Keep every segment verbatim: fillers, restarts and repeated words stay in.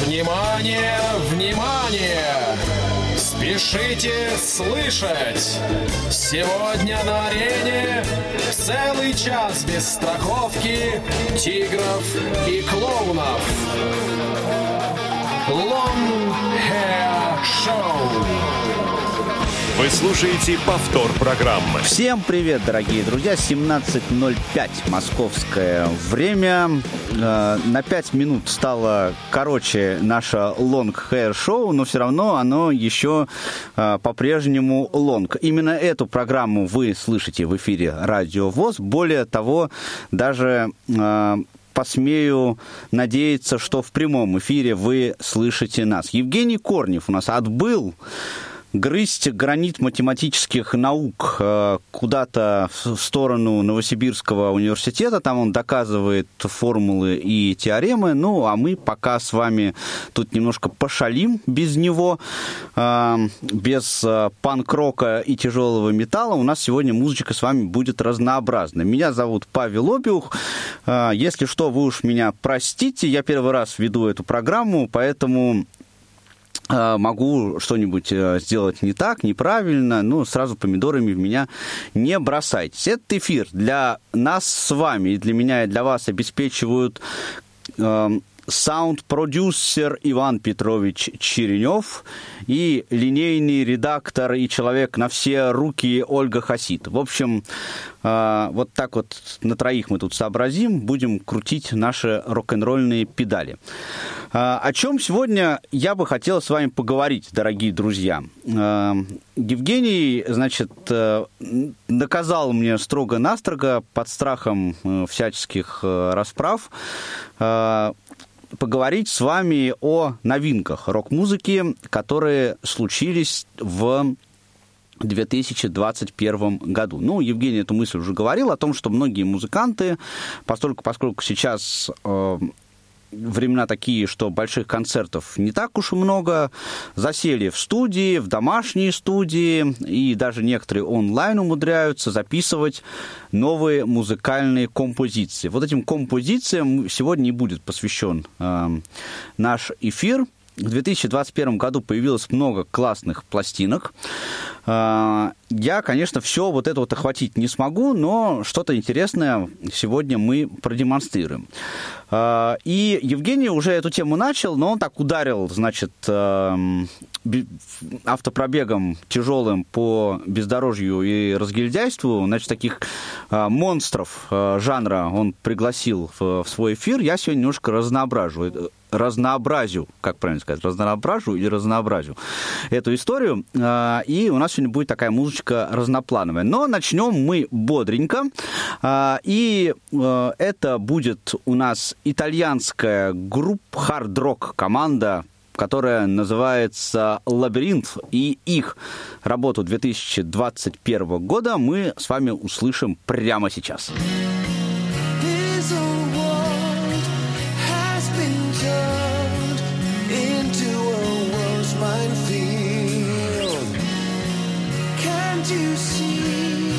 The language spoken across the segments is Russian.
Внимание, внимание! Спешите слышать! Сегодня на арене целый час без страховки тигров и клоунов. Long Hair Show. Вы слушаете повтор программы. Всем привет, дорогие друзья. семнадцать ноль пять московское время. На пять минут стало короче наше Long Hair Show, но все равно оно еще по-прежнему long. Именно эту программу вы слышите в эфире Радио ВОС. Более того, даже посмею надеяться, что в прямом эфире вы слышите нас. Евгений Корнев у нас отбыл грызть гранит математических наук куда-то в сторону Новосибирского университета. Там он доказывает формулы и теоремы. Ну, а мы пока с вами тут немножко пошалим без него, без панк-рока и тяжелого металла. У нас сегодня музычка с вами будет разнообразной. Меня зовут Павел Обиух. Если что, вы уж меня простите. Я первый раз веду эту программу, поэтому могу что-нибудь сделать не так, неправильно, но сразу помидорами в меня не бросайтесь. Этот эфир для нас с вами и для меня, и для вас обеспечивают э, саунд-продюсер Иван Петрович Черенев и линейный редактор и человек на все руки Ольга Хасид. В общем, э, вот так вот на троих мы тут сообразим, будем крутить наши рок-н-ролльные педали. О чем сегодня я бы хотел с вами поговорить, дорогие друзья. Евгений, значит, наказал мне строго-настрого под страхом всяческих расправ поговорить с вами о новинках рок-музыки, которые случились в две тысячи двадцать первом году. Ну, Евгений эту мысль уже говорил о том, что многие музыканты, поскольку, поскольку сейчас времена такие, что больших концертов не так уж и много, засели в студии, в домашние студии, и даже некоторые онлайн умудряются записывать новые музыкальные композиции. Вот этим композициям сегодня и будет посвящен э, наш эфир. В две тысячи двадцать первом году появилось много классных пластинок. Я, конечно, все вот это вот охватить не смогу, но что-то интересное сегодня мы продемонстрируем. И Евгений уже эту тему начал, но он так ударил, значит, автопробегом тяжелым по бездорожью и разгильдяйству. Значит, таких монстров жанра он пригласил в свой эфир. Я сегодня немножко разноображу. разнообразию, как правильно сказать, разнообразию или разнообразию эту историю. И у нас сегодня будет такая музычка разноплановая. Но начнем мы бодренько. И это будет у нас итальянская группа, хард-рок команда, которая называется «Лабиринт», и их работу две тысячи двадцать первого года мы с вами услышим прямо сейчас. You see,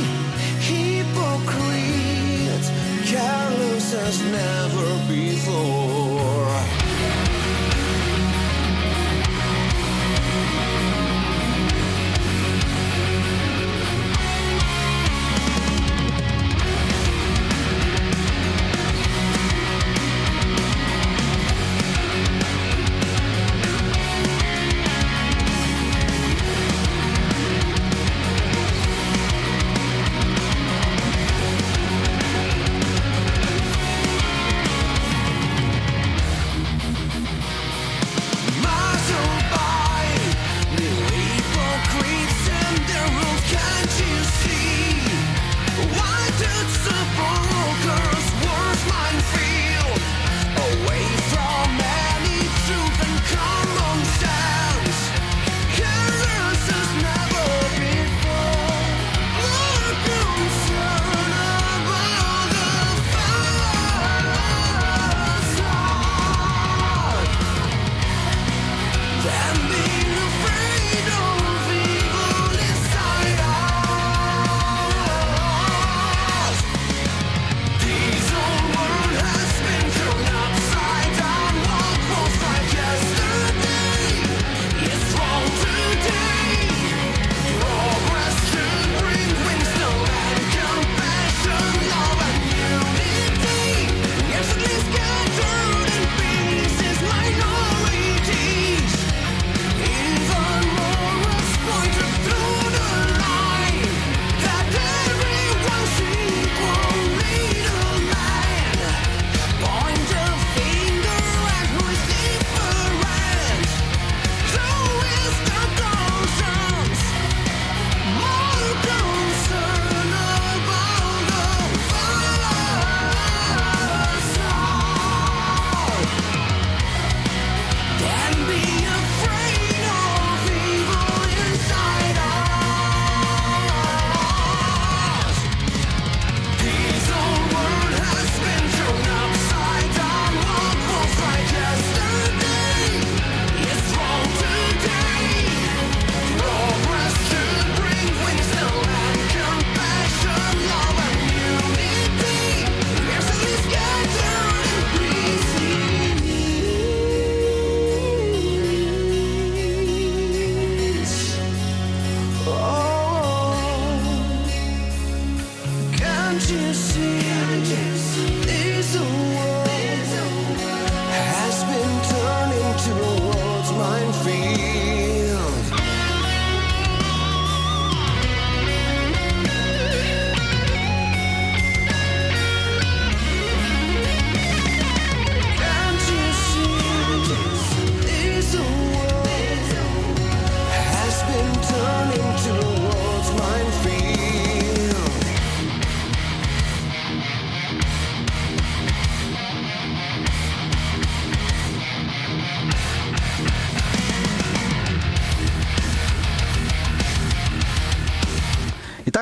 hypocrites, careless as never before.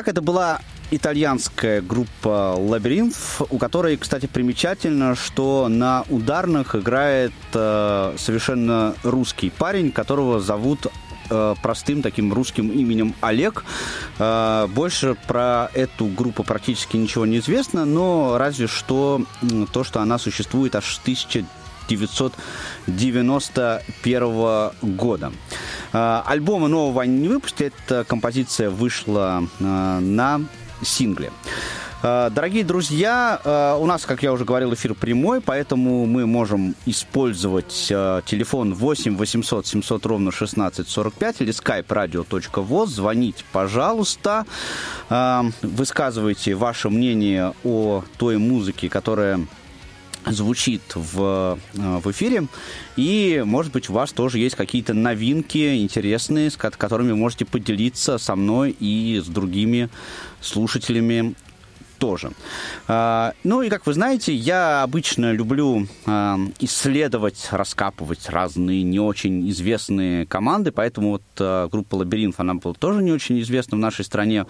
Итак, это была итальянская группа «Лабиринт», у которой, кстати, примечательно, что на ударных играет э, совершенно русский парень, которого зовут э, простым таким русским именем Олег. Э, больше про эту группу практически ничего не известно, но разве что то, что она существует аж с тысяча девятьсот девяносто первого года. Э, альбома нового они не выпустили, эта композиция вышла э, на сингле. Дорогие друзья, у нас, как я уже говорил, эфир прямой, поэтому мы можем использовать телефон восемь восемьсот семьсот ровно шестнадцать сорок пять или skype radio точка voz. Звоните, пожалуйста, высказывайте ваше мнение о той музыке, которая звучит в, в эфире. И, может быть, у вас тоже есть какие-то новинки интересные, с которыми вы можете поделиться со мной и с другими слушателями тоже. Ну и, как вы знаете, я обычно люблю исследовать, раскапывать разные не очень известные команды, поэтому вот группа «Лабиринт», она была тоже не очень известна в нашей стране.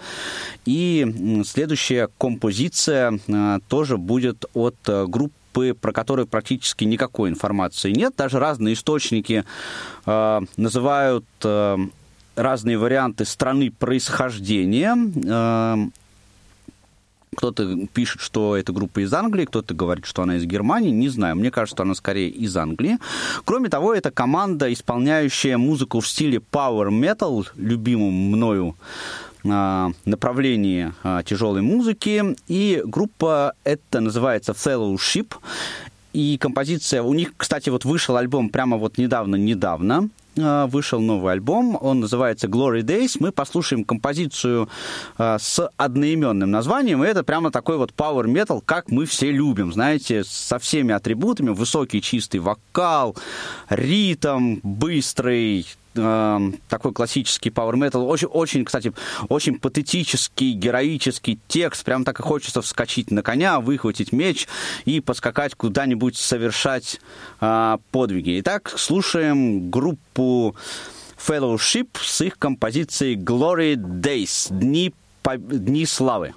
И следующая композиция тоже будет от группы, про которые практически никакой информации нет. Даже разные источники э, называют э, разные варианты страны происхождения. Э, кто-то пишет, что эта группа из Англии, кто-то говорит, что она из Германии. Не знаю, мне кажется, что она скорее из Англии. Кроме того, это команда, исполняющая музыку в стиле power metal, любимым мною направлении тяжелой музыки, и группа эта называется Fellowship, и композиция, у них, кстати, вот вышел альбом прямо вот недавно-недавно, вышел новый альбом, он называется Glory Days. Мы послушаем композицию с одноименным названием, и это прямо такой вот power metal, как мы все любим, знаете, со всеми атрибутами: высокий чистый вокал, ритм быстрый, такой классический power metal, очень, очень, кстати, очень патетический, героический текст, прям так и хочется вскочить на коня, выхватить меч и поскакать куда-нибудь, совершать а, подвиги. Итак, слушаем группу Fellowship с их композицией Glory Days, Дни, по... Дни славы.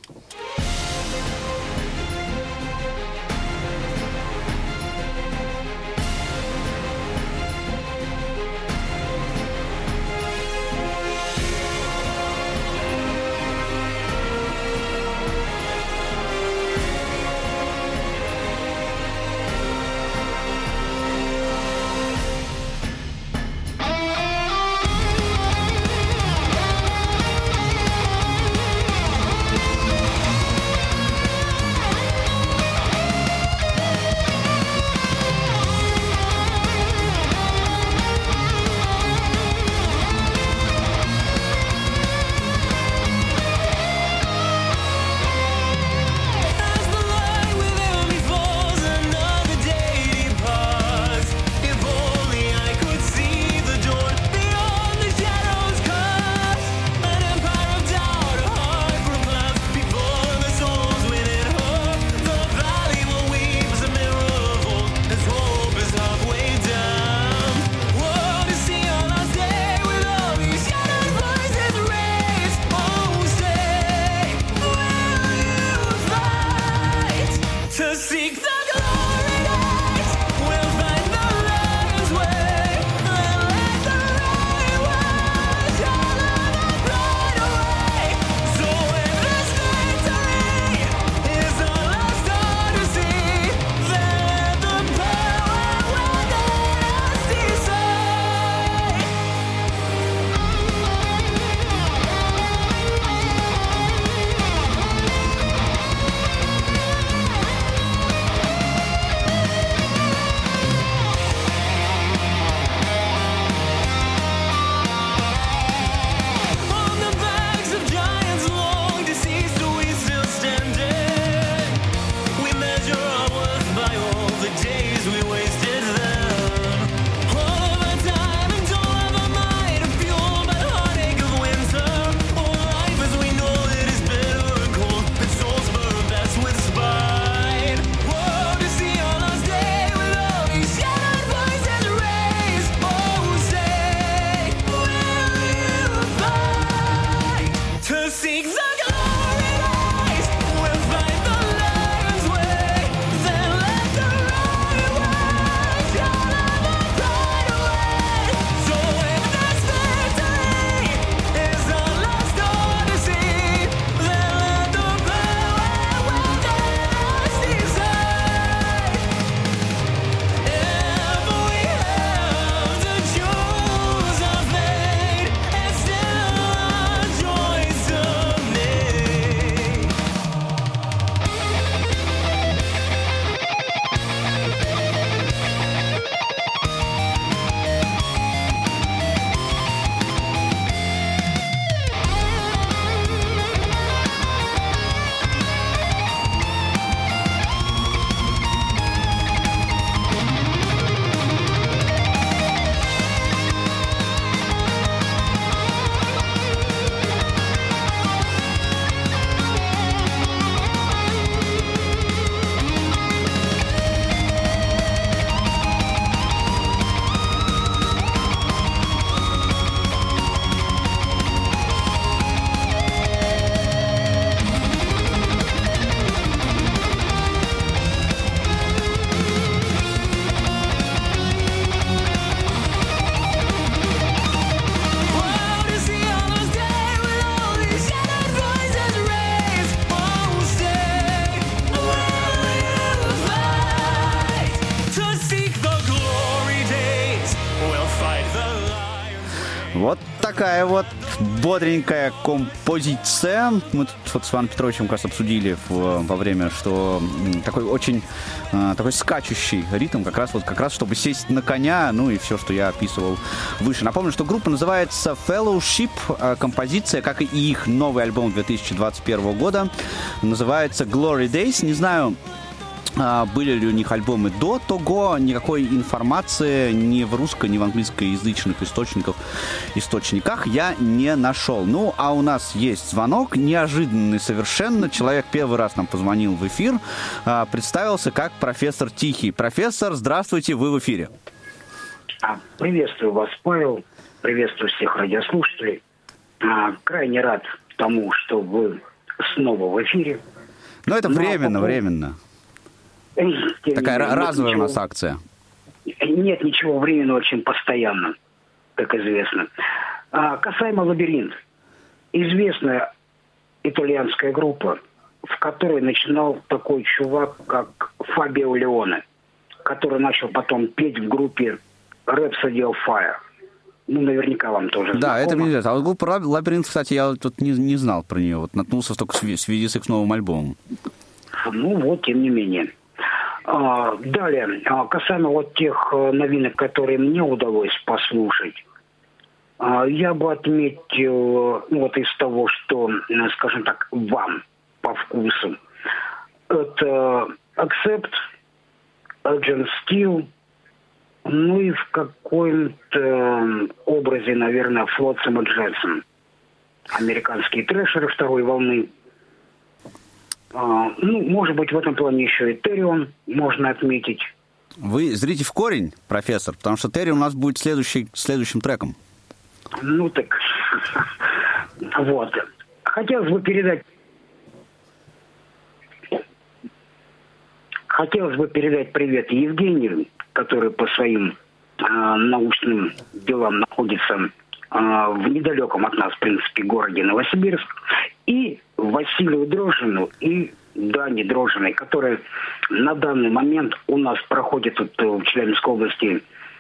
To seek the glory. Вот такая вот бодренькая композиция. Мы тут вот с Иваном Петровичем как раз обсудили в, во время, что такой очень э, такой скачущий ритм, как раз вот как раз чтобы сесть на коня, ну и все, что я описывал выше. Напомню, что группа называется Fellowship. Композиция, как и их новый альбом две тысячи двадцать первого года, называется Glory Days. Не знаю, были ли у них альбомы до того, никакой информации ни в русско-, ни в английскоязычных источниках, источниках я не нашел. Ну, а у нас есть звонок, неожиданный совершенно. Человек первый раз нам позвонил в эфир, представился как профессор Тихий. Профессор, здравствуйте, вы в эфире. Приветствую вас, Павел. Приветствую всех радиослушателей. Крайне рад тому, что вы снова в эфире. Но это Но временно, по... временно. Тем Такая менее, разовая ничего... у нас акция. Нет ничего временного, чем постоянно, как известно. А, касаемо «Лабиринт». Известная итальянская группа, в которой начинал такой чувак, как Фабио Леоне, который начал потом петь в группе Rhapsody of Fire. Ну, наверняка вам тоже да, знакомо. это мне известно. А вот группа «Лабиринт», кстати, я тут не, не знал про нее. Вот наткнулся только в связи с их новым альбомом. Ну, вот, тем не менее. А, далее, а, касаемо вот тех а, новинок, которые мне удалось послушать, а, я бы отметил, ну, вот из того, что, скажем так, вам по вкусу. Это Accept, Agent Steel, ну и в каком-то образе, наверное, Flotsam и Jetsam. Американские трэшеры второй волны. А, ну, может быть, в этом плане еще и Therion можно отметить. Вы зрите в корень, профессор, потому что Therion у нас будет следующий, следующим треком. Ну так, вот. Хотелось бы передать... Хотелось бы передать привет Евгению, который по своим э, научным делам находится э, в недалеком от нас, в принципе, городе Новосибирск, и Василию Дрожжину и Дане Дрожжиной, которые на данный момент у нас проходит тут в Челябинской области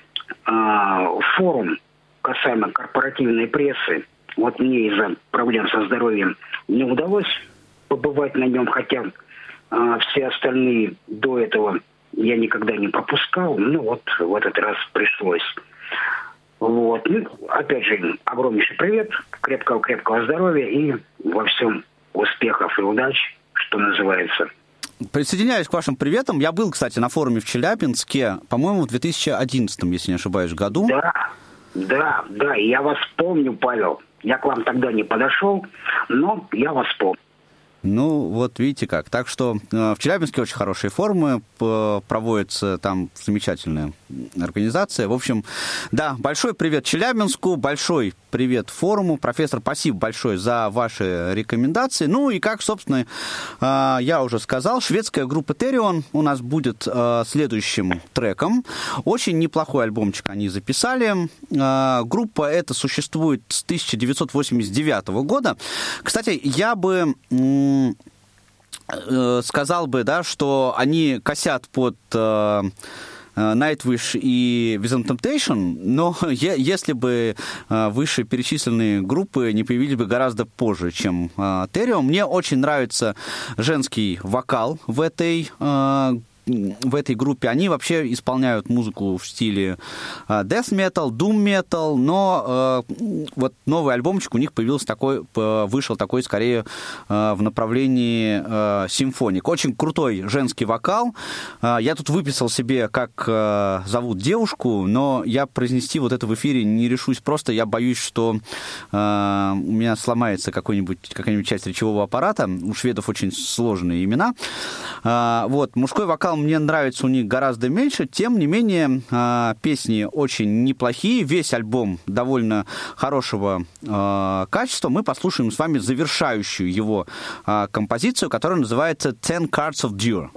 э, форум касаемо корпоративной прессы. Вот мне из-за проблем со здоровьем не удалось побывать на нем, хотя э, все остальные до этого я никогда не пропускал. Ну вот в этот раз пришлось. Вот. Ну, опять же, огромнейший привет, крепкого-крепкого здоровья и во всем успехов и удач, что называется. Присоединяюсь к вашим приветам. Я был, кстати, на форуме в Челябинске, по-моему, в две тысячи одиннадцатом, если не ошибаюсь, году. Да, да, да, и я вас помню, Павел. Я к вам тогда не подошел, но я вас помню. Ну, вот видите как. Так что э, в Челябинске очень хорошие форумы, п- проводится там замечательная организация. В общем, да, большой привет Челябинску, большой привет форуму. Профессор, спасибо большое за ваши рекомендации. Ну и как, собственно, э, я уже сказал, шведская группа Therion у нас будет э, следующим треком. Очень неплохой альбомчик они записали. Э, группа эта существует с тысяча девятьсот восемьдесят девятого года. Кстати, я бы... М- сказал бы, да, что они косят под э, Nightwish и Within Temptation, но е- если бы э, вышеперечисленные группы не появились бы гораздо позже, чем э, Therion. Мне очень нравится женский вокал в этой э, в этой группе. Они вообще исполняют музыку в стиле uh, death metal, doom metal, но uh, вот новый альбомчик у них появился такой, вышел такой скорее uh, в направлении uh, симфоник. Очень крутой женский вокал. Uh, я тут выписал себе, как uh, зовут девушку, но я произнести вот это в эфире не решусь. Просто я боюсь, что uh, у меня сломается какой-нибудь, какая-нибудь часть речевого аппарата. У шведов очень сложные имена. Uh, вот. Мужской вокал мне нравится у них гораздо меньше, тем не менее песни очень неплохие, весь альбом довольно хорошего качества. Мы послушаем с вами завершающую его композицию, которая называется Ten Cards of Dur.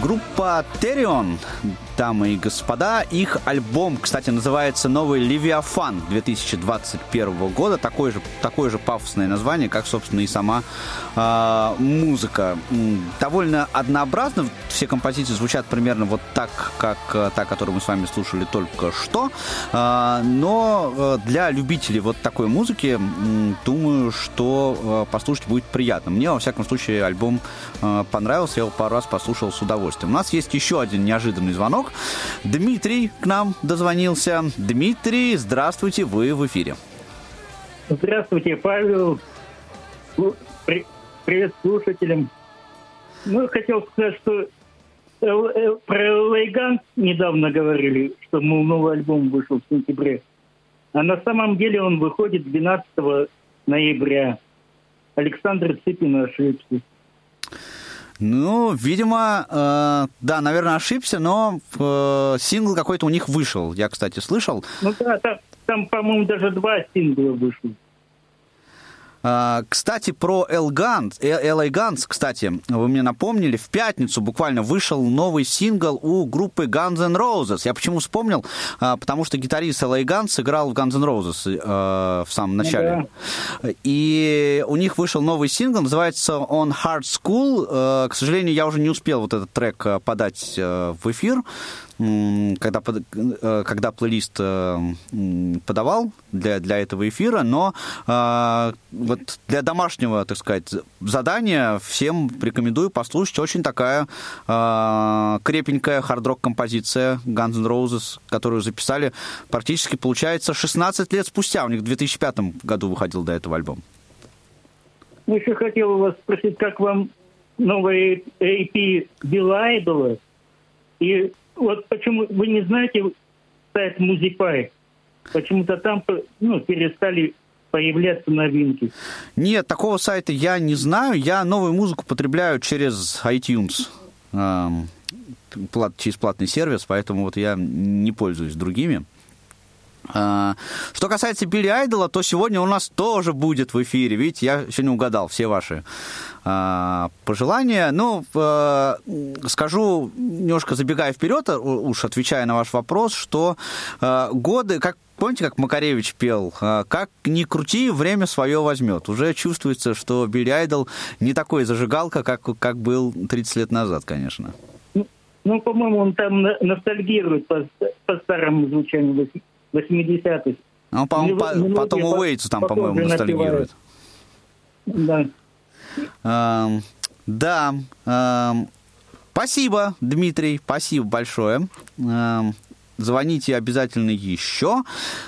Группа Therion, дамы и господа, их альбом, кстати, называется «Новый Левиафан» две тысячи двадцать первого года, такое же, такое же пафосное название, как, собственно, и сама э, музыка. Довольно однообразно, все композиции звучат примерно вот так, как та, которую мы с вами слушали только что, э, но для любителей вот такой музыки, думаю, что э, послушать будет приятно. Мне, во всяком случае, альбом э, понравился, я его пару раз послушал с удовольствием. У нас есть еще один неожиданный звонок. Дмитрий к нам дозвонился. Дмитрий, здравствуйте, вы в эфире. Здравствуйте, Павел. Привет слушателям. Ну, хотел сказать, что про Лейганс недавно говорили, что мол, новый альбом вышел в сентябре. А на самом деле он выходит двенадцатого ноября. Александр Цыпин ошибся. Ну, видимо, э, да, наверное, ошибся, но э, сингл какой-то у них вышел. Я, кстати, слышал. Ну да, там, там по-моему, даже два сингла вышло. Кстати, про эл эй Guns, кстати, вы мне напомнили, в пятницу буквально вышел новый сингл у группы Guns N' Roses. Я почему вспомнил? Потому что гитарист эл эй Guns играл в Guns N' Roses э, в самом начале. Да. И у них вышел новый сингл, называется On Hard School. Э, к сожалению, я уже не успел вот этот трек подать э, в эфир, когда, когда плейлист подавал для, для этого эфира, но э, вот для домашнего, так сказать, задания всем рекомендую послушать. Очень такая э, крепенькая хард-рок композиция Guns N' Roses, которую записали практически, получается, шестнадцать лет спустя. У них в две тысячи пятом году выходил до этого альбом. Ну, еще хотел у вас спросить, как вам новый эй пи Билла Айдола? И вот почему вы не знаете сайт Музипай? Почему-то там, ну, перестали появляться новинки. Нет, такого сайта я не знаю. Я новую музыку потребляю через iTunes, э, плат, через платный сервис, поэтому вот я не пользуюсь другими. Что касается Билли Айдола, то сегодня у нас тоже будет в эфире. Видите, я сегодня угадал все ваши э, пожелания. Ну, э, скажу, немножко забегая вперед, уж отвечая на ваш вопрос, что э, годы, как помните, как Макаревич пел, как ни крути, время свое возьмет. Уже чувствуется, что Билли Айдол не такой зажигалка, как, как был тридцать лет назад, конечно. Ну, ну по-моему, он там ностальгирует по, по старому звучанию восьмидесятых. Ну, по-моему, по, потом у Уэйтса там, по-моему, ностальгирует. Да. Эм, да. Эм, спасибо, Дмитрий, спасибо большое. Эм, Звоните обязательно еще.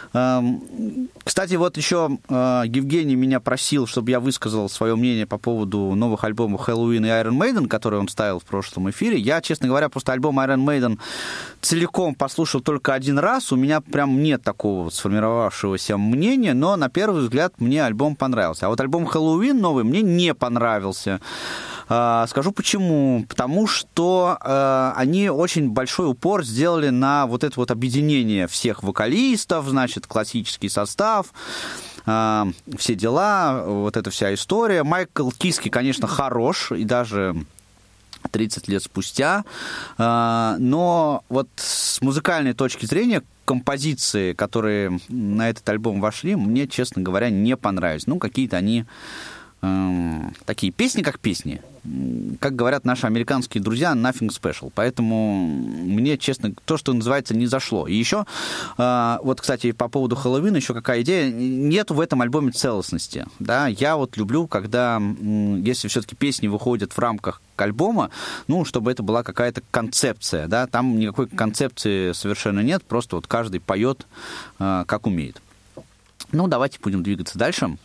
Кстати, вот еще Евгений меня просил, чтобы я высказал свое мнение по поводу новых альбомов Helloween и Iron Maiden, которые он ставил в прошлом эфире. Я, честно говоря, просто альбом Iron Maiden целиком послушал только один раз. У меня прям нет такого сформировавшегося мнения, но на первый взгляд мне альбом понравился. А вот альбом Helloween новый мне не понравился. Скажу почему. Потому что э, они очень большой упор сделали на вот это вот объединение всех вокалистов, значит, классический состав, э, все дела, вот эта вся история. Майкл Киски, конечно, хорош, и даже тридцать лет спустя, э, но вот с музыкальной точки зрения композиции, которые на этот альбом вошли, мне, честно говоря, не понравились. Ну, какие-то они такие песни, как песни. Как говорят наши американские друзья, nothing special. Поэтому мне, честно, то, что называется, не зашло. И еще, вот, кстати, по поводу Хэллоуина, еще какая идея. Нету в этом альбоме целостности. Да? Я вот люблю, когда, если все-таки песни выходят в рамках альбома, ну, чтобы это была какая-то концепция. Да? Там никакой концепции совершенно нет, просто вот каждый поет, как умеет. Ну, давайте будем двигаться дальше.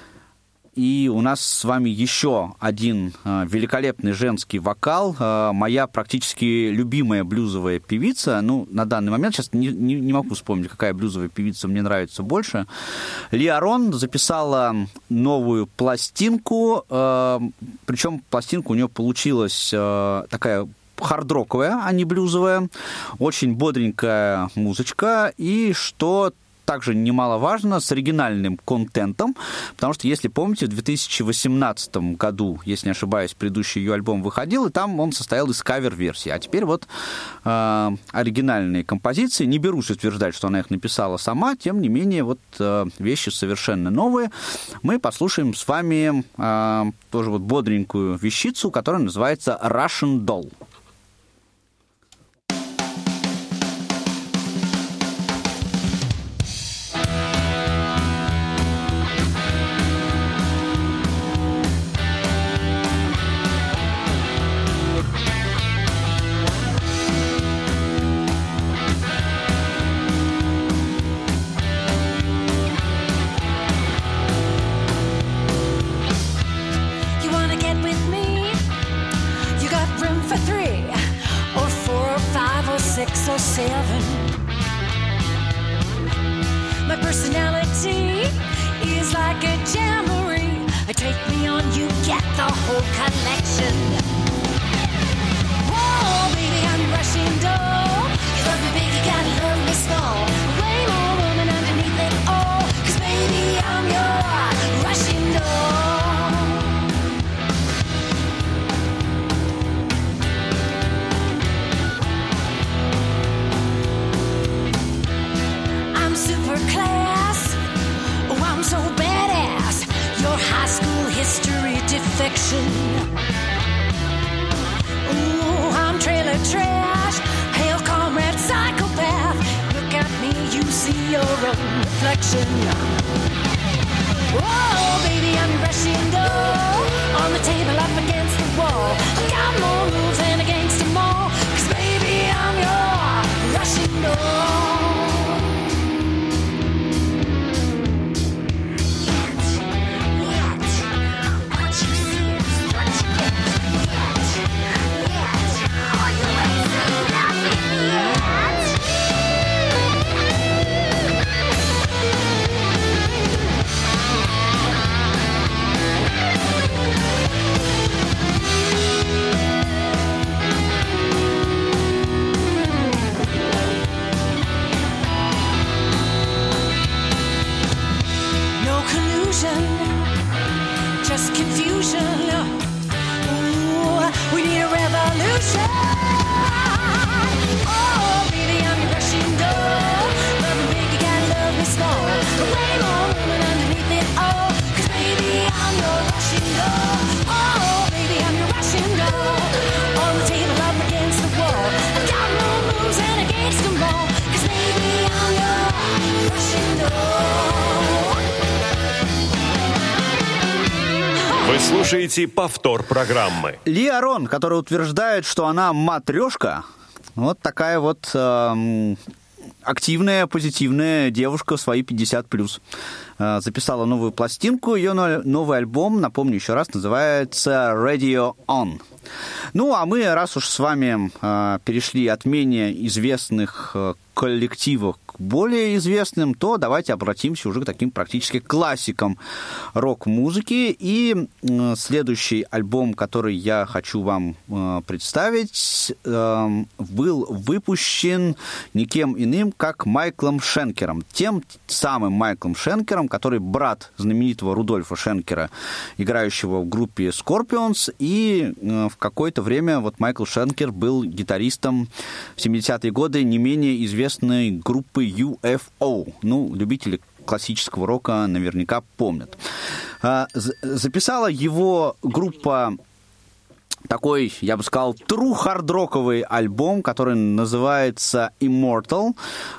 И у нас с вами еще один э, великолепный женский вокал. Э, моя практически любимая блюзовая певица. Ну, на данный момент сейчас не, не, не могу вспомнить, какая блюзовая певица мне нравится больше. Лиа Рон записала новую пластинку. Э, причем пластинка у нее получилась э, такая хард-роковая, а не блюзовая. Очень бодренькая музычка. И что также немаловажно, с оригинальным контентом, потому что, если помните, в две тысячи восемнадцатом году, если не ошибаюсь, предыдущий ее альбом выходил, и там он состоял из кавер-версий. А теперь вот э, оригинальные композиции. Не берусь утверждать, что она их написала сама, тем не менее, вот э, вещи совершенно новые. Мы послушаем с вами э, тоже вот бодренькую вещицу, которая называется «Russian Doll». Six or seven. My personality is like a jamboree. Take me on, you get the whole collection. Whoa, baby, I'm rushing dough. You love me big, you gotta love me small. Way more woman underneath it all. 'Cause baby, I'm your rushing dough. Super class, oh I'm so badass. Your high school history defection. Ooh, I'm trailer trash. Hail comrade psychopath. Look at me, you see your own reflection. Whoa, baby, I'm rushing dough. On the table up against the wall. I got more moves than a gangster mall. 'Cause baby, I'm your rushing dough. Just confusion. Ooh, we need a revolution. Oh, baby, I'm your rushing dough. Love me big, you gotta love me small. Way more woman underneath it all. 'Cause baby, I'm your rushing dough. Oh, baby, I'm your rushing dough. On the table up against the wall. I got more moves than against them all. 'Cause baby, I'm your rushing dough. Вы слушаете повтор программы. Ли Арон, которая утверждает, что она матрешка, вот такая вот э, активная, позитивная девушка в свои пятьдесят плюс. Э, записала новую пластинку, ее новый альбом, напомню еще раз, называется Radio On. Ну, а мы, раз уж с вами э, перешли от менее известных э, коллективов к более известным, то давайте обратимся уже к таким практически классикам рок-музыки. И э, следующий альбом, который я хочу вам э, представить, э, был выпущен никем иным, как Майклом Шенкером. Тем самым Майклом Шенкером, который брат знаменитого Рудольфа Шенкера, играющего в группе Scorpions, и э, в какое-то время вот Майкл Шенкер был гитаристом в семидесятые годы не менее известной группы ю эф о. Ну, любители классического рока наверняка помнят. Записала его группа такой, я бы сказал, true хард-роковый альбом, который называется Immortal.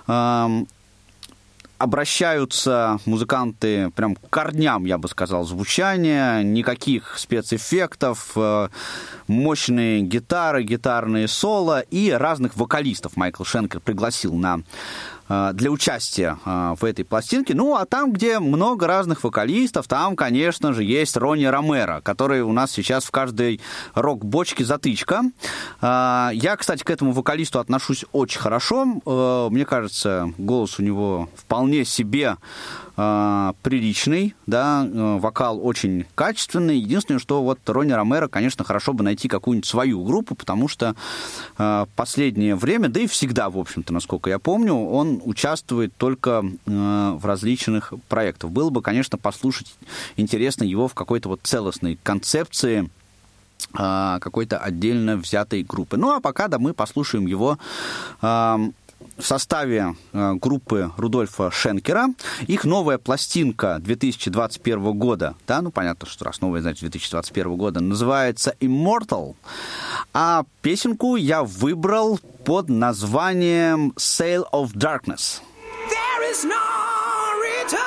Обращаются музыканты прям к корням, я бы сказал, звучания, никаких спецэффектов, мощные гитары, гитарные соло и разных вокалистов Майкл Шенкер пригласил на для участия в этой пластинке. Ну, а там, где много разных вокалистов, там, конечно же, есть Ронни Ромеро, который у нас сейчас в каждой рок-бочке затычка. Я, кстати, к этому вокалисту отношусь очень хорошо. Мне кажется, голос у него вполне себе э, приличный, да, э, вокал очень качественный. Единственное, что вот Ронни Ромеро, конечно, хорошо бы найти какую-нибудь свою группу, потому что э, последнее время, да и всегда, в общем-то, насколько я помню, он участвует только э, в различных проектах. Было бы, конечно, послушать интересно его в какой-то вот целостной концепции э, какой-то отдельно взятой группы. Ну, а пока, да, мы послушаем его э, в составе э, группы Рудольфа Шенкера. Их новая пластинка две тысячи двадцать первого года, да, ну, понятно, что раз новая, значит, две тысячи двадцать первого года, называется «Immortal», а песенку я выбрал под названием «Sail of Darkness». There is no return.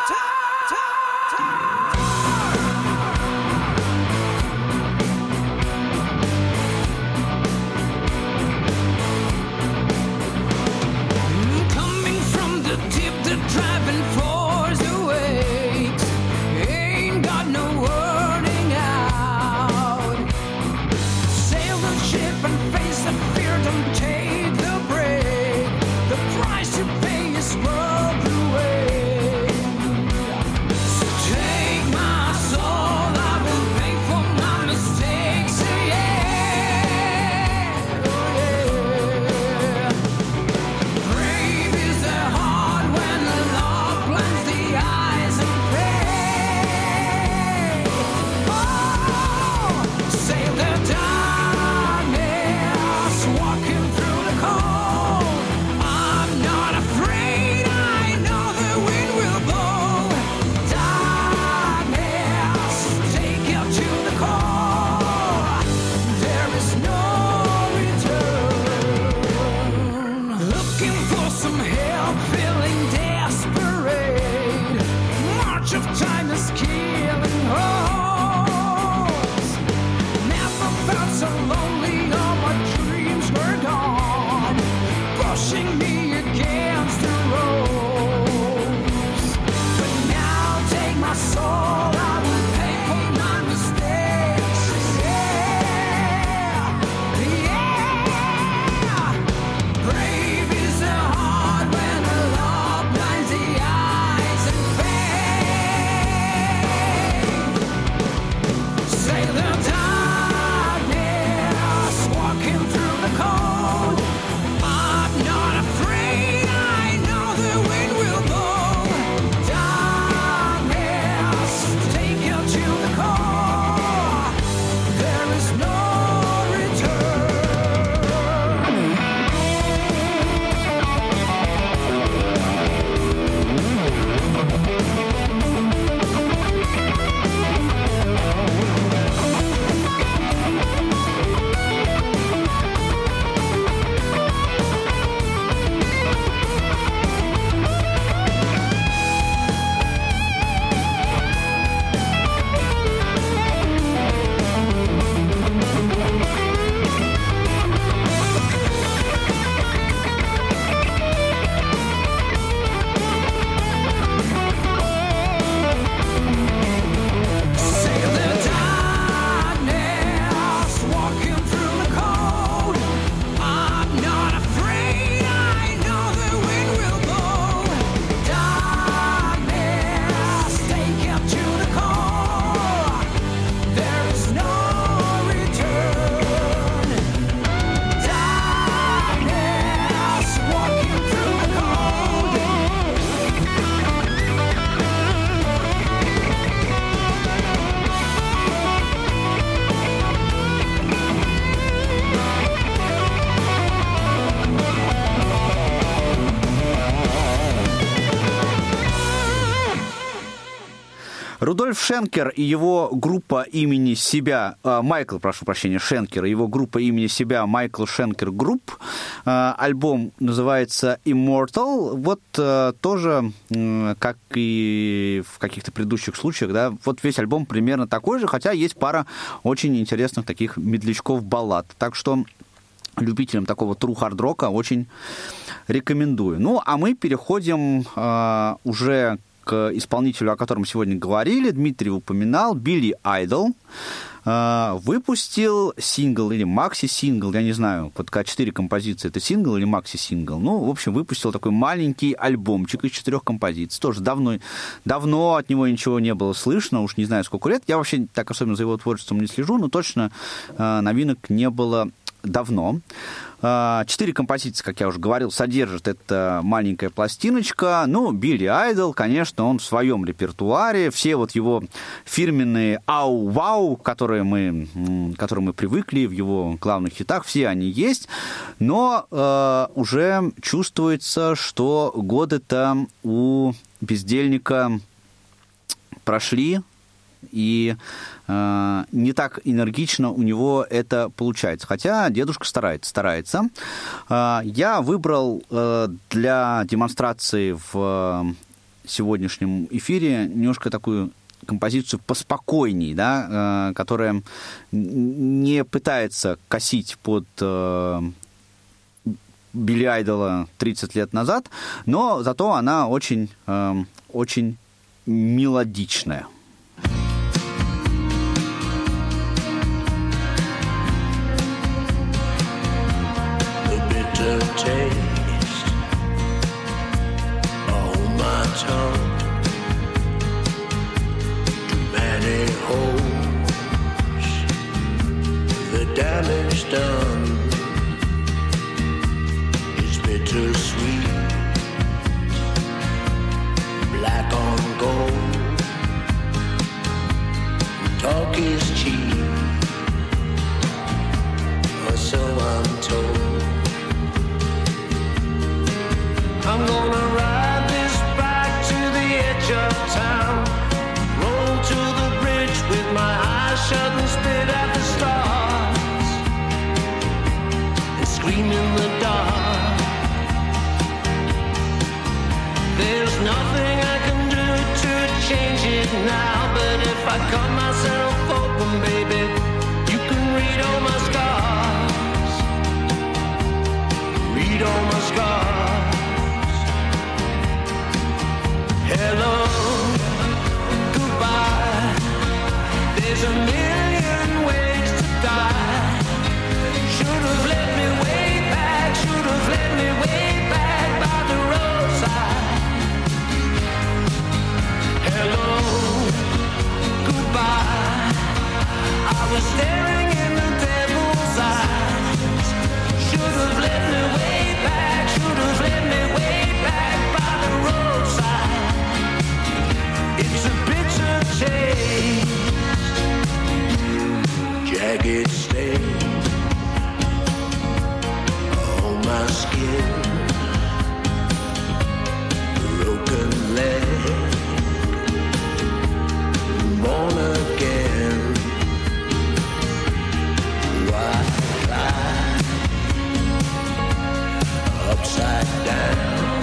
Coming from the deep, the driving force awakes. Ain't got no wording out. Sail the ship and face the fear, don't take the break. The price you pay is worth away. So take my soul, I will pay for my mistakes. Yeah, oh yeah. Brave is the heart when the love blinds the eyes and pray. Oh, sail the darkness, walking through the cold. I'm not afraid, I know the wind will blow. Darkness, take you to the core. There is no return. Looking for some help, feeling desperate. March of time is killing hopes. Never felt so lonely, all my dreams were gone, pushing me against the ropes. But now take my soul, I will pay for my mistakes. Yeah, yeah. Brave is the heart when the love blinds the eyes and fade. Sail the darkness, walking through the cold. I'm not afraid, I know the wind will blow. Darkness, take you to the core. There is no return. Sail the darkness, walking through the cold. I'm not afraid, I know the wind will blow. Darkness, take you to the core. There is no return. Darkness, walking through the cold. Рудольф Шенкер и его группа имени себя, э, Майкл, прошу прощения, Шенкер и его группа имени себя Майкл Шенкер Групп. Э, альбом называется «Immortal». Вот э, тоже, э, как и в каких-то предыдущих случаях, да, вот весь альбом примерно такой же, хотя есть пара очень интересных таких медлячков-баллад. Так что любителям такого тру-хард-рока очень рекомендую. Ну, а мы переходим э, уже к исполнителю, о котором сегодня говорили, Дмитрий упоминал, Билли Айдол, выпустил сингл или макси-сингл, я не знаю, вот четыре композиции, это сингл или макси-сингл. Ну, в общем, выпустил такой маленький альбомчик из четырех композиций. Тоже давно, давно от него ничего не было слышно, уж не знаю, сколько лет. Я вообще так особенно за его творчеством не слежу, но точно новинок не было давно. Четыре композиции, как я уже говорил, содержит эта маленькая пластиночка. Ну, Билли Айдол, конечно, он в своем репертуаре. Все вот его фирменные ау-вау, которые мы, которые мы привыкли в его главных хитах, все они есть. Но э, уже чувствуется, что годы-то у бездельника прошли, и э, не так энергично у него это получается. Хотя дедушка старается, старается. Э, я выбрал э, для демонстрации в сегодняшнем эфире немножко такую композицию поспокойней, да, э, которая не пытается косить под э, Билли Айдола тридцать лет назад, но зато она очень, э, очень мелодичная. Taste on my tongue, too many holes, the damage done is bittersweet, black on gold, talk is cheap, or so I'm told. I'm gonna ride this bike to the edge of town, roll to the bridge with my eyes shut and spit at the stars, and scream in the dark. There's nothing I can do to change it now, but if I cut myself open, baby, you can read all my scars, read all my scars. Hello, goodbye. There's a million ways to die. Should have let me way back. Should have let me way back by the roadside. Hello, goodbye. I was staring in the devil's eyes. Should have let me way back. Should have let me way back by the roadside. It's a bitter taste, jagged stain on my skin, broken leg, born again. Why lie upside down,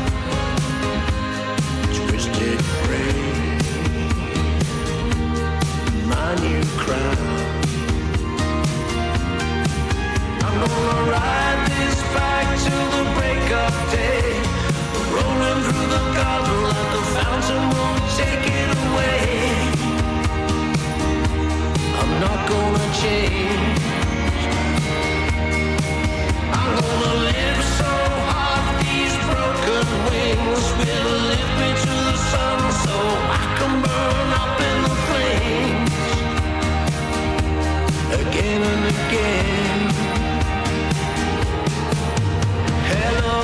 twisted frame, my new crown. I'm gonna ride this bike till the break of day, rolling through the garden like the fountain won't take it away. I'm not gonna change. I'm gonna live so hard these broken wings will lift me to the sun so I can burn up in the flames again and again. Hello,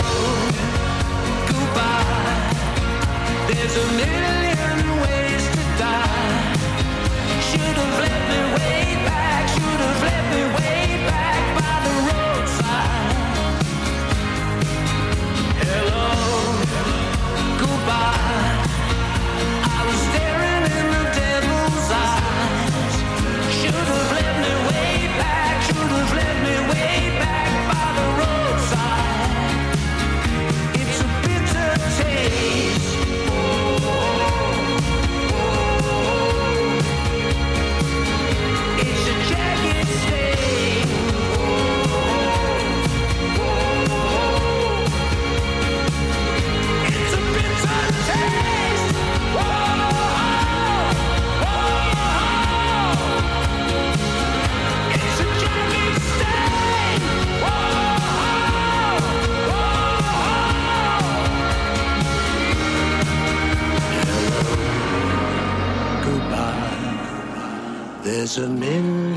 goodbye. There's a million ways to die. Should have let me way back. Should have let me way back by the roadside. Hello, goodbye. I was staring in the devil's eyes. Should have let me way back. Should have let me way back by the roadside. It's a bitter taste,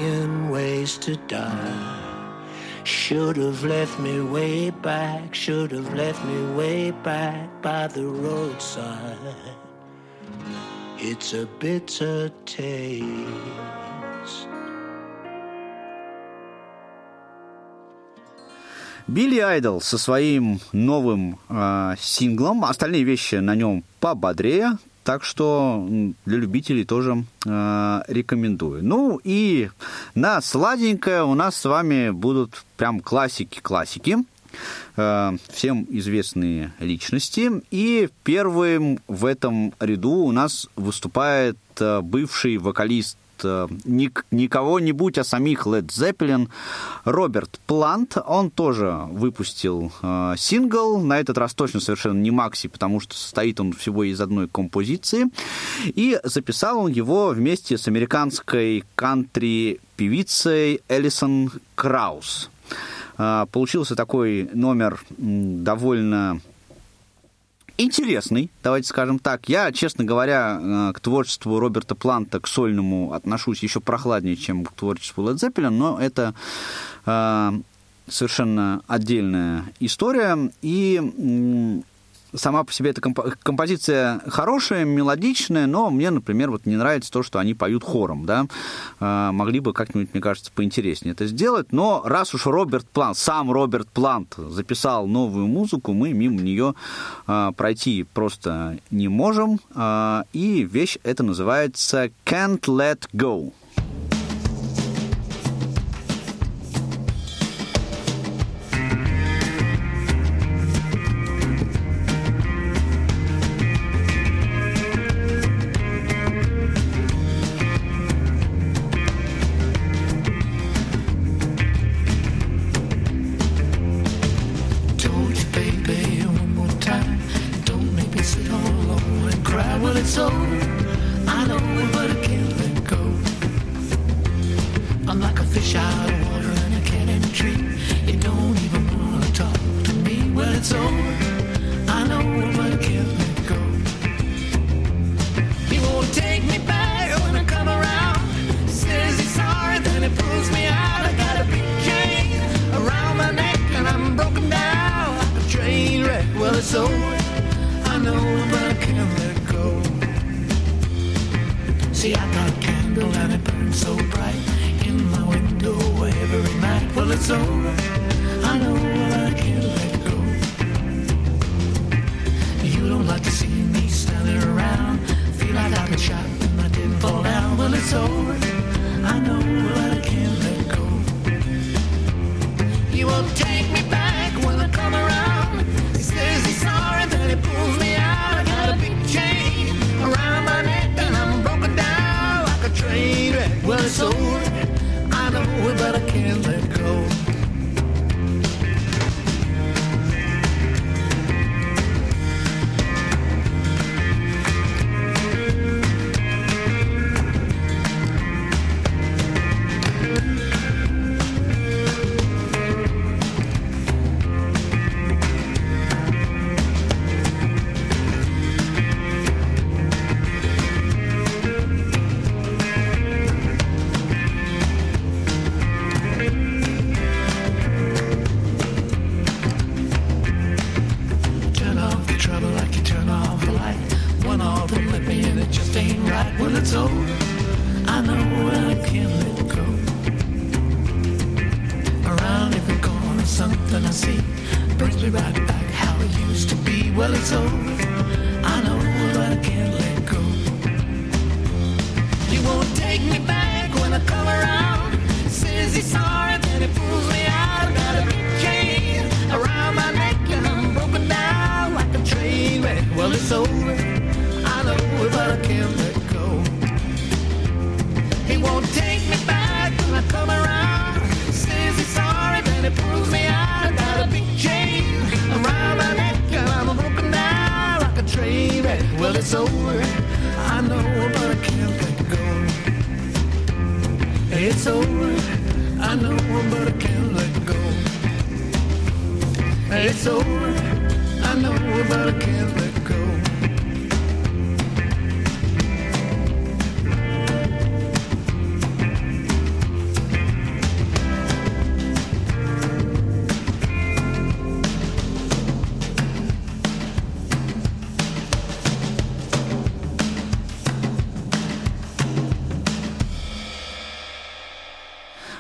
million ways to die. Should have left me way back, should have left me way back by the roadside. It's a bitter taste. Билли Айдол со своим новым э, синглом. Остальные вещи на нем пободрее, так что для любителей тоже э, рекомендую. Ну и на сладенькое у нас с вами будут прям классики-классики. Э, всем известные личности. И первым в этом ряду у нас выступает э, бывший вокалист не, не кого-нибудь, а самих Led Zeppelin, Роберт Плант. Он тоже выпустил э, сингл, на этот раз точно совершенно не макси, потому что состоит он всего из одной композиции, и записал он его вместе с американской кантри-певицей Элисон Краус. Э, получился такой номер довольно интересный, давайте скажем так. Я, честно говоря, к творчеству Роберта Планта, к сольному, отношусь еще прохладнее, чем к творчеству Led Zeppelin, но это э, совершенно отдельная история. И э, сама по себе эта комп- композиция хорошая, мелодичная, но мне, например, вот не нравится то, что они поют хором, да. Э, могли бы как-нибудь, мне кажется, поинтереснее это сделать. Но раз уж Роберт Плант, сам Роберт Плант записал новую музыку, мы мимо нее э, пройти просто не можем. Э, и вещь эта называется «Can't Let Go».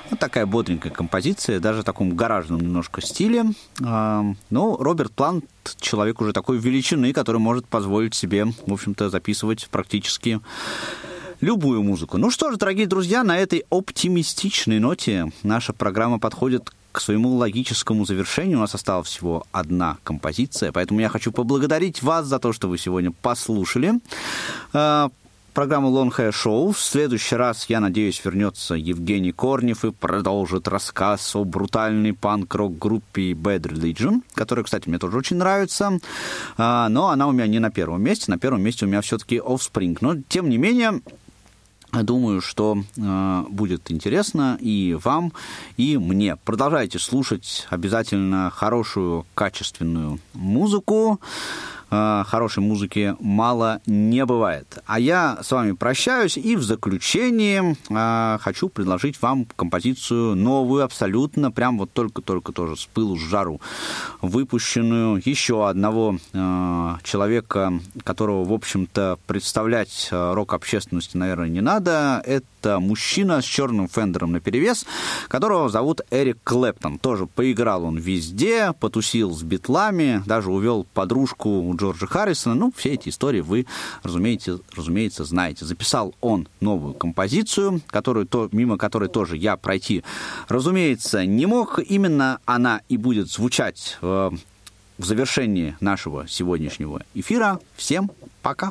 Вот такая бодренькая композиция, даже в таком гаражном немножко стиле. Но Роберт Плант — человек уже такой величины, который может позволить себе, в общем-то, записывать практически любую музыку. Ну что ж, дорогие друзья, на этой оптимистичной ноте наша программа подходит к своему логическому завершению. У нас осталась всего одна композиция, поэтому я хочу поблагодарить вас за то, что вы сегодня послушали программу Long Hair Show. В следующий раз, я надеюсь, вернется Евгений Корнев и продолжит рассказ о брутальной панк-рок-группе Bad Religion, которая, кстати, мне тоже очень нравится. Но она у меня не на первом месте. На первом месте у меня все-таки Offspring. Но, тем не менее, думаю, что э, будет интересно и вам, и мне. Продолжайте слушать обязательно хорошую, качественную музыку. Э, хорошей музыки мало не бывает. А я с вами прощаюсь, и в заключение э, хочу предложить вам композицию новую, абсолютно, прям вот только-только тоже с пылу с жару выпущенную еще одного э, человека, которого, в общем-то, представлять э, рок-общественности, наверное, не надо. Это мужчина с черным фендером наперевес, которого зовут Эрик Клэптон. Тоже поиграл он везде, потусил с битлами, даже увел подружку у Джорджа Харрисона. Ну, все эти истории вы, разумеется, разумеется, знаете. Записал он новую композицию, которую, то, мимо которой тоже я пройти, разумеется, не мог. Именно она и будет звучать э, в завершении нашего сегодняшнего эфира. Всем пока!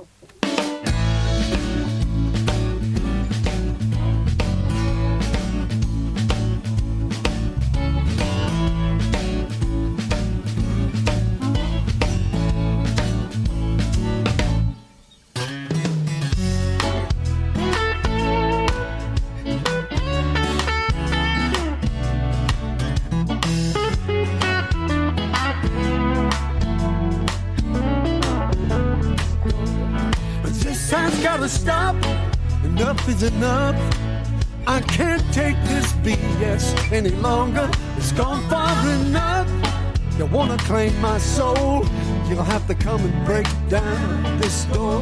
Stop, enough is enough. I can't take this B S any longer. It's gone far enough. You wanna claim my soul, you'll have to come and break down this door.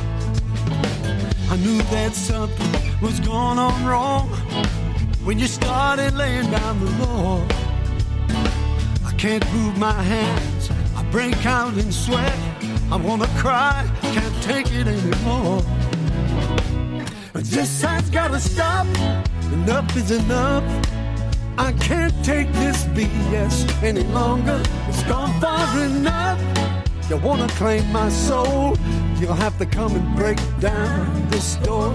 I knew that something was going on wrong when you started laying down the law. I can't move my hands, I break out in sweat. I wanna cry, can't take it anymore. This side's gotta stop, enough is enough. I can't take this B S any longer. It's gone far enough. You wanna claim my soul, you'll have to come and break down this door.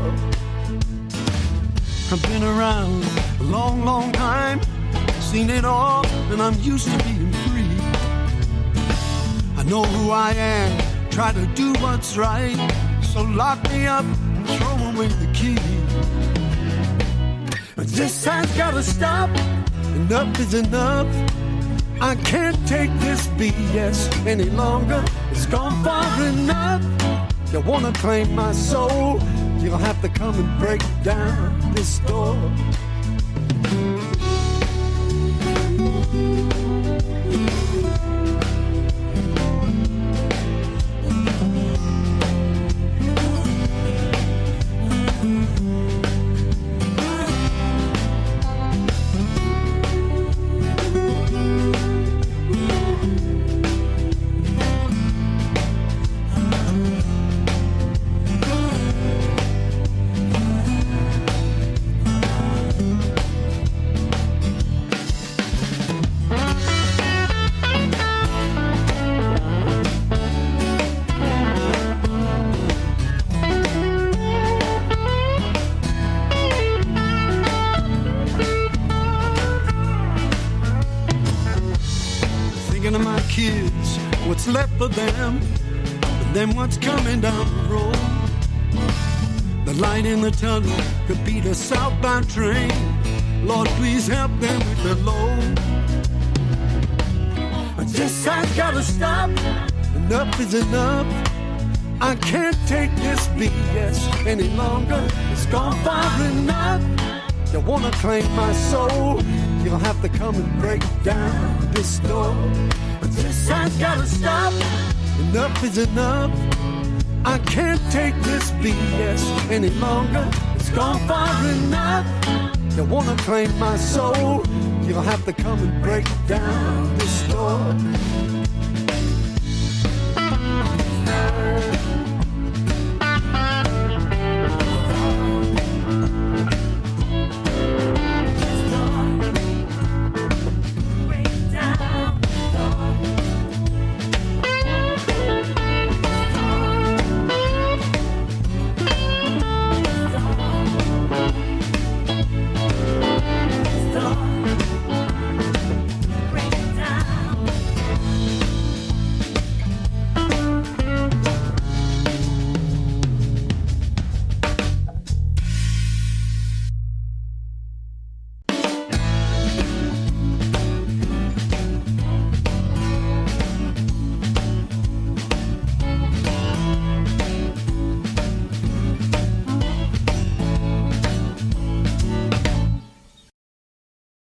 I've been around a long, long time, seen it all, and I'm used to being free. I know who I am, try to do what's right, so lock me up, throw away the key. But this time's gotta stop, enough is enough. I can't take this B S any longer. It's gone far enough. You wanna claim my soul, you'll have to come and break down this door. Kids, what's left for them, and then what's coming down the road. The light in the tunnel could be the southbound train. Lord, please help them with the load. But this side's gotta stop, enough is enough. I can't take this B S any longer. It's gone far enough. You wanna claim my soul, you'll have to come and break down this door. This time's gotta stop, enough is enough. I can't take this B S any longer. It's gone far enough. You wanna claim my soul, you'll have to come and break down this door.